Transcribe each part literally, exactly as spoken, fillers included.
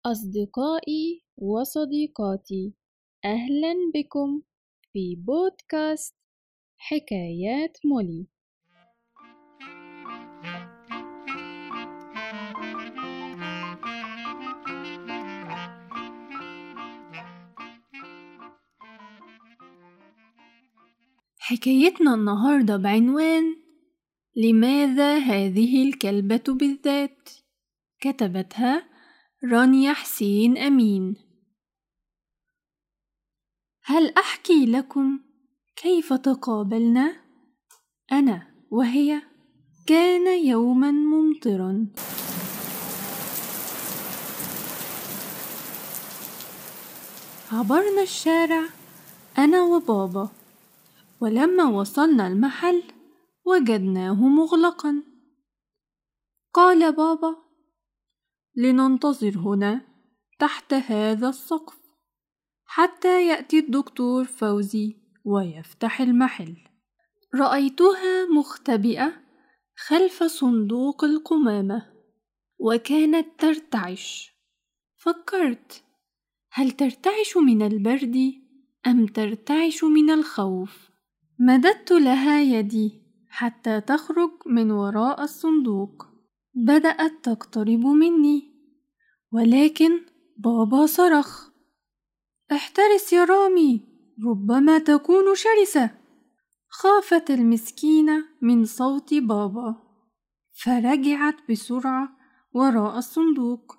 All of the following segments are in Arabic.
أصدقائي وصديقاتي، أهلا بكم في بودكاست حكايات مولي. حكايتنا النهاردة بعنوان لماذا هذه الكلبة بالذات؟ كتبتها رانيا حسين أمين. هل أحكي لكم كيف تقابلنا؟ أنا وهي. كان يوما ممطرا، عبرنا الشارع أنا وبابا، ولما وصلنا المحل وجدناه مغلقا. قال بابا: لننتظر هنا تحت هذا السقف حتى يأتي الدكتور فوزي ويفتح المحل. رأيتها مختبئة خلف صندوق القمامة وكانت ترتعش. فكرت، هل ترتعش من البرد أم ترتعش من الخوف؟ مددت لها يدي حتى تخرج من وراء الصندوق. بدأت تقترب مني، ولكن بابا صرخ: احترس يا رامي، ربما تكون شرسة. خافت المسكينة من صوت بابا، فرجعت بسرعة وراء الصندوق،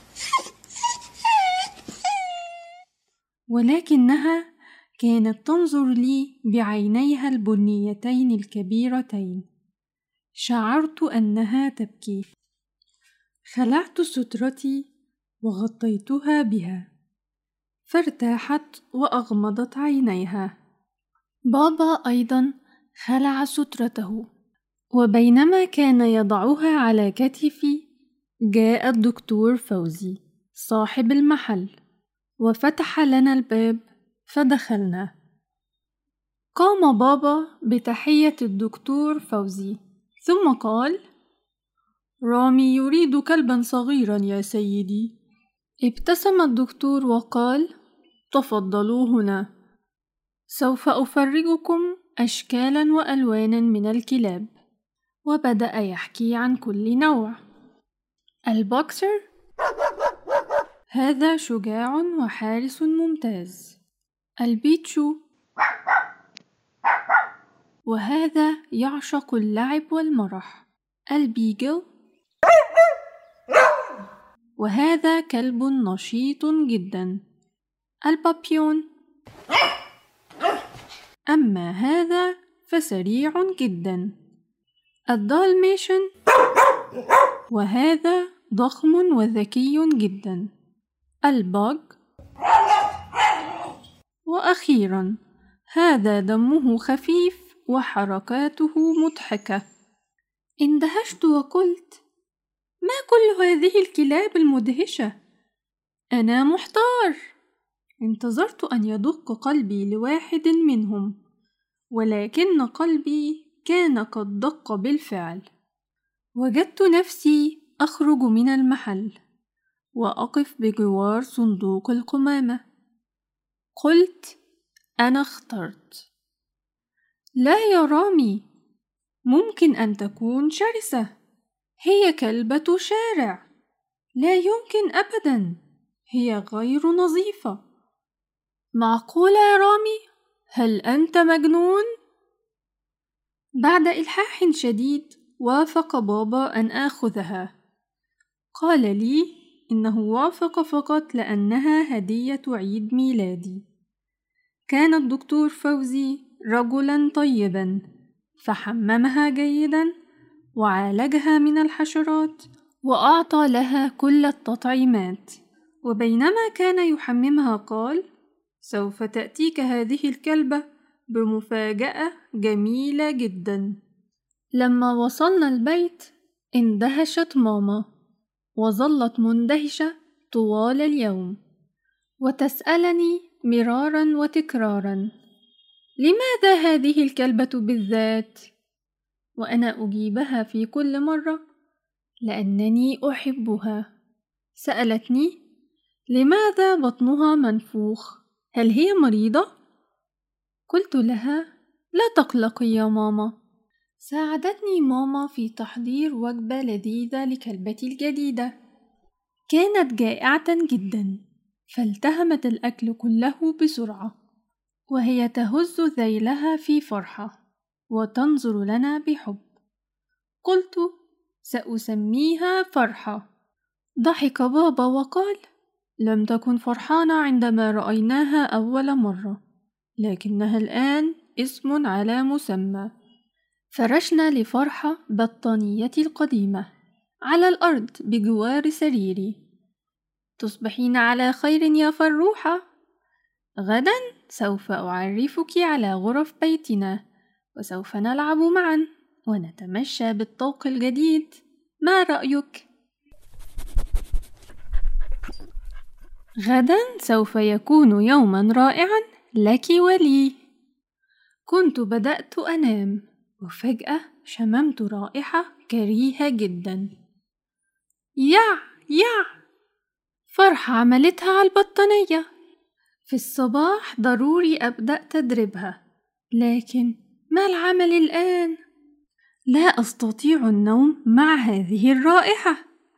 ولكنها كانت تنظر لي بعينيها البنيتين الكبيرتين. شعرت أنها تبكي. خلعت سترتي وغطيتها بها، فارتاحت وأغمضت عينيها. بابا أيضا خلع سترته، وبينما كان يضعها على كتفي جاء الدكتور فوزي صاحب المحل وفتح لنا الباب فدخلنا. قام بابا بتحية الدكتور فوزي ثم قال: رامي يريد كلبا صغيرا يا سيدي. ابتسم الدكتور وقال: تفضلوا هنا، سوف أفرجكم أشكالا وألوانا من الكلاب. وبدأ يحكي عن كل نوع. البوكسر، هذا شجاع وحارس ممتاز. البيتشو، وهذا يعشق اللعب والمرح. البيجل، وهذا كلب نشيط جدا. البابيون، أما هذا فسريع جدا. الدالميشن، وهذا ضخم وذكي جدا. الباج، وأخيرا هذا دمه خفيف وحركاته مضحكة. اندهشت وقلت: ما كل هذه الكلاب المدهشة؟ أنا محتار. انتظرت أن يدق قلبي لواحد منهم، ولكن قلبي كان قد دق بالفعل. وجدت نفسي أخرج من المحل وأقف بجوار صندوق القمامة. قلت: أنا اخترت. لا يا رامي، ممكن أن تكون شرسة، هي كلبة شارع، لا يمكن أبدا، هي غير نظيفة. معقولة يا رامي؟ هل أنت مجنون؟ بعد إلحاح شديد وافق بابا أن آخذها. قال لي إنه وافق فقط لأنها هدية عيد ميلادي. كان الدكتور فوزي رجلا طيبا، فحممها جيدا وعالجها من الحشرات وأعطى لها كل التطعيمات. وبينما كان يحممها قال: سوف تأتيك هذه الكلبة بمفاجأة جميلة جدا. لما وصلنا البيت اندهشت ماما، وظلت مندهشة طوال اليوم، وتسألني مرارا وتكرارا: لماذا هذه الكلبة بالذات؟ وأنا أجيبها في كل مرة: لأنني أحبها. سألتني: لماذا بطنها منفوخ؟ هل هي مريضة؟ قلت لها: لا تقلقي يا ماما. ساعدتني ماما في تحضير وجبة لذيذة لكلبتي الجديدة. كانت جائعة جدا، فالتهمت الأكل كله بسرعة، وهي تهز ذيلها في فرحة وتنظر لنا بحب. قلت: سأسميها فرحة. ضحك بابا وقال: لم تكن فرحانة عندما رأيناها أول مرة، لكنها الآن اسم على مسمى. فرشنا لفرحة بطانيتي القديمة على الأرض بجوار سريري. تصبحين على خير يا فروحة. غدا سوف أعرفك على غرف بيتنا، وسوف نلعب معا ونتمشى بالطوق الجديد. ما رأيك؟ غدا سوف يكون يوما رائعا لك ولي. كنت بدأت أنام، وفجأة شممت رائحة كريهة جدا. يع يع فرحة عملتها على البطانية. في الصباح ضروري أبدأ تدريبها، لكن ما العمل الآن؟ لا أستطيع النوم مع هذه الرائحة.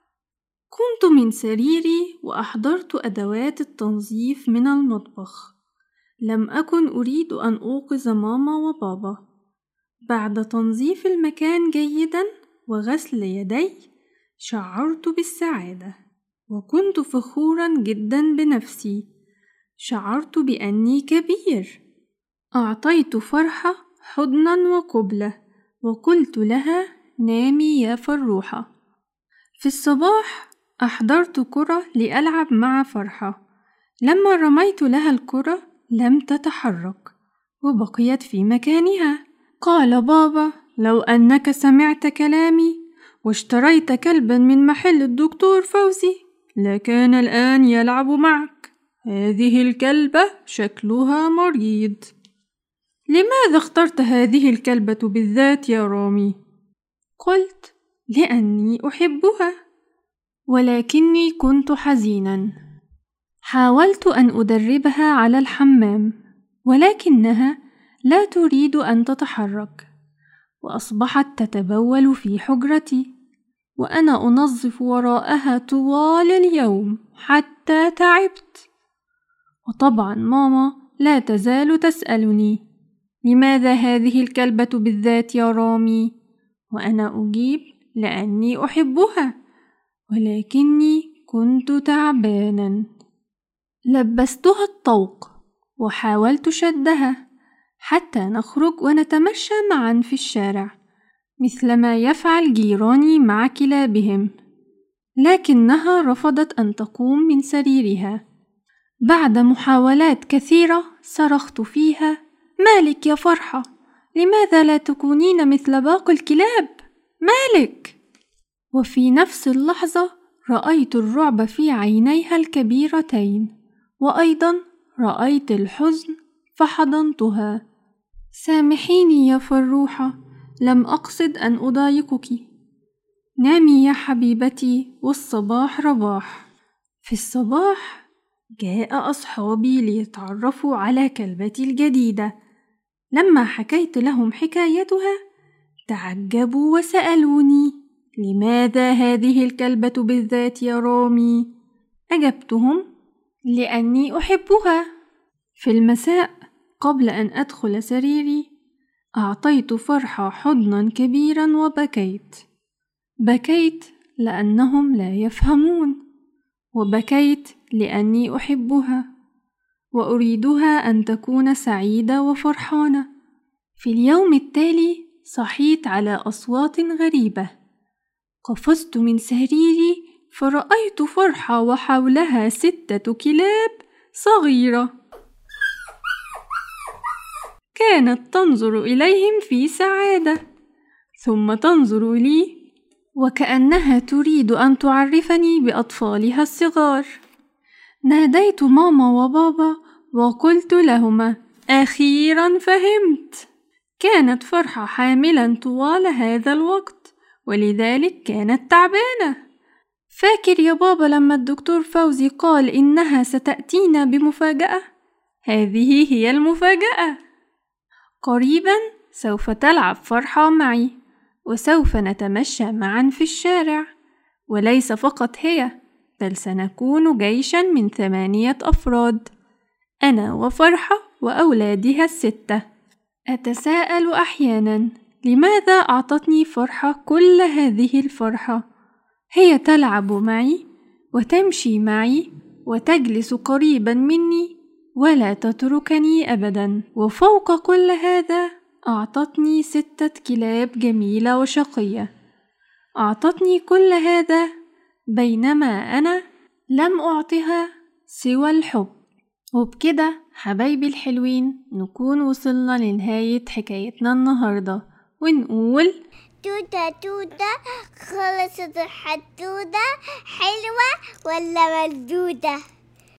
قمت من سريري وأحضرت أدوات التنظيف من المطبخ. لم أكن أريد أن أوقظ ماما وبابا. بعد تنظيف المكان جيدا وغسل يدي، شعرت بالسعادة وكنت فخورا جدا بنفسي. شعرت بأني كبير. أعطيت فرحة حضنا وقبلة وقلت لها: نامي يا فروحة. في الصباح أحضرت كرة لألعب مع فرحة. لما رميت لها الكرة لم تتحرك وبقيت في مكانها. قال بابا: لو أنك سمعت كلامي واشتريت كلبا من محل الدكتور فوزي لكان الآن يلعب معك. هذه الكلبة شكلها مريض. لماذا اخترت هذه الكلبة بالذات يا رامي؟ قلت: لأني أحبها. ولكني كنت حزينا. حاولت أن أدربها على الحمام، ولكنها لا تريد أن تتحرك، وأصبحت تتبول في حجرتي، وأنا أنظف وراءها طوال اليوم حتى تعبت. وطبعا ماما لا تزال تسألني: لماذا هذه الكلبة بالذات يا رامي؟ وأنا أجيب: لأني أحبها، ولكني كنت تعبانا. لبستها الطوق وحاولت شدها حتى نخرج ونتمشى معا في الشارع مثلما يفعل جيراني مع كلابهم، لكنها رفضت أن تقوم من سريرها. بعد محاولات كثيرة صرخت فيها: مالك يا فرحة؟ لماذا لا تكونين مثل باقي الكلاب؟ مالك؟ وفي نفس اللحظة رأيت الرعب في عينيها الكبيرتين، وأيضا رأيت الحزن فحضنتها. سامحيني يا فروحة، لم أقصد أن أضايقك. نامي يا حبيبتي والصباح رباح. في الصباح جاء أصحابي ليتعرفوا على كلبتي الجديدة. لما حكيت لهم حكايتها تعجبوا وسألوني: لماذا هذه الكلبة بالذات يا رامي؟ أجبتهم: لأني أحبها. في المساء قبل أن أدخل سريري أعطيت فرحة حضنا كبيرا وبكيت. بكيت لأنهم لا يفهمون، وبكيت لأني أحبها وأريدها أن تكون سعيدة وفرحانة. في اليوم التالي صحيت على أصوات غريبة. قفزت من سريري فرأيت فرحة وحولها ستة كلاب صغيرة كانت تنظر إليهم في سعادة، ثم تنظر لي وكأنها تريد أن تعرفني بأطفالها الصغار. ناديت ماما وبابا وقلت لهما: أخيرا فهمت. كانت فرحة حاملا طوال هذا الوقت، ولذلك كانت تعبانة. فاكر يا بابا لما الدكتور فوزي قال إنها ستأتينا بمفاجأة؟ هذه هي المفاجأة. قريبا سوف تلعب فرحة معي، وسوف نتمشى معا في الشارع، وليس فقط هي، بل سنكون جيشا من ثمانية أفراد، أنا وفرحة وأولادها الستة. أتساءل أحيانا لماذا أعطتني فرحة كل هذه الفرحة؟ هي تلعب معي وتمشي معي وتجلس قريبا مني ولا تتركني أبدا، وفوق كل هذا أعطتني ستة كلاب جميلة وشقية. أعطتني كل هذا بينما أنا لم أعطها سوى الحب. وبكده حبايبي الحلوين نكون وصلنا لنهاية حكايتنا النهاردة، ونقول توتة توتة خلصت الحدودة، حلوة ولا مردودة؟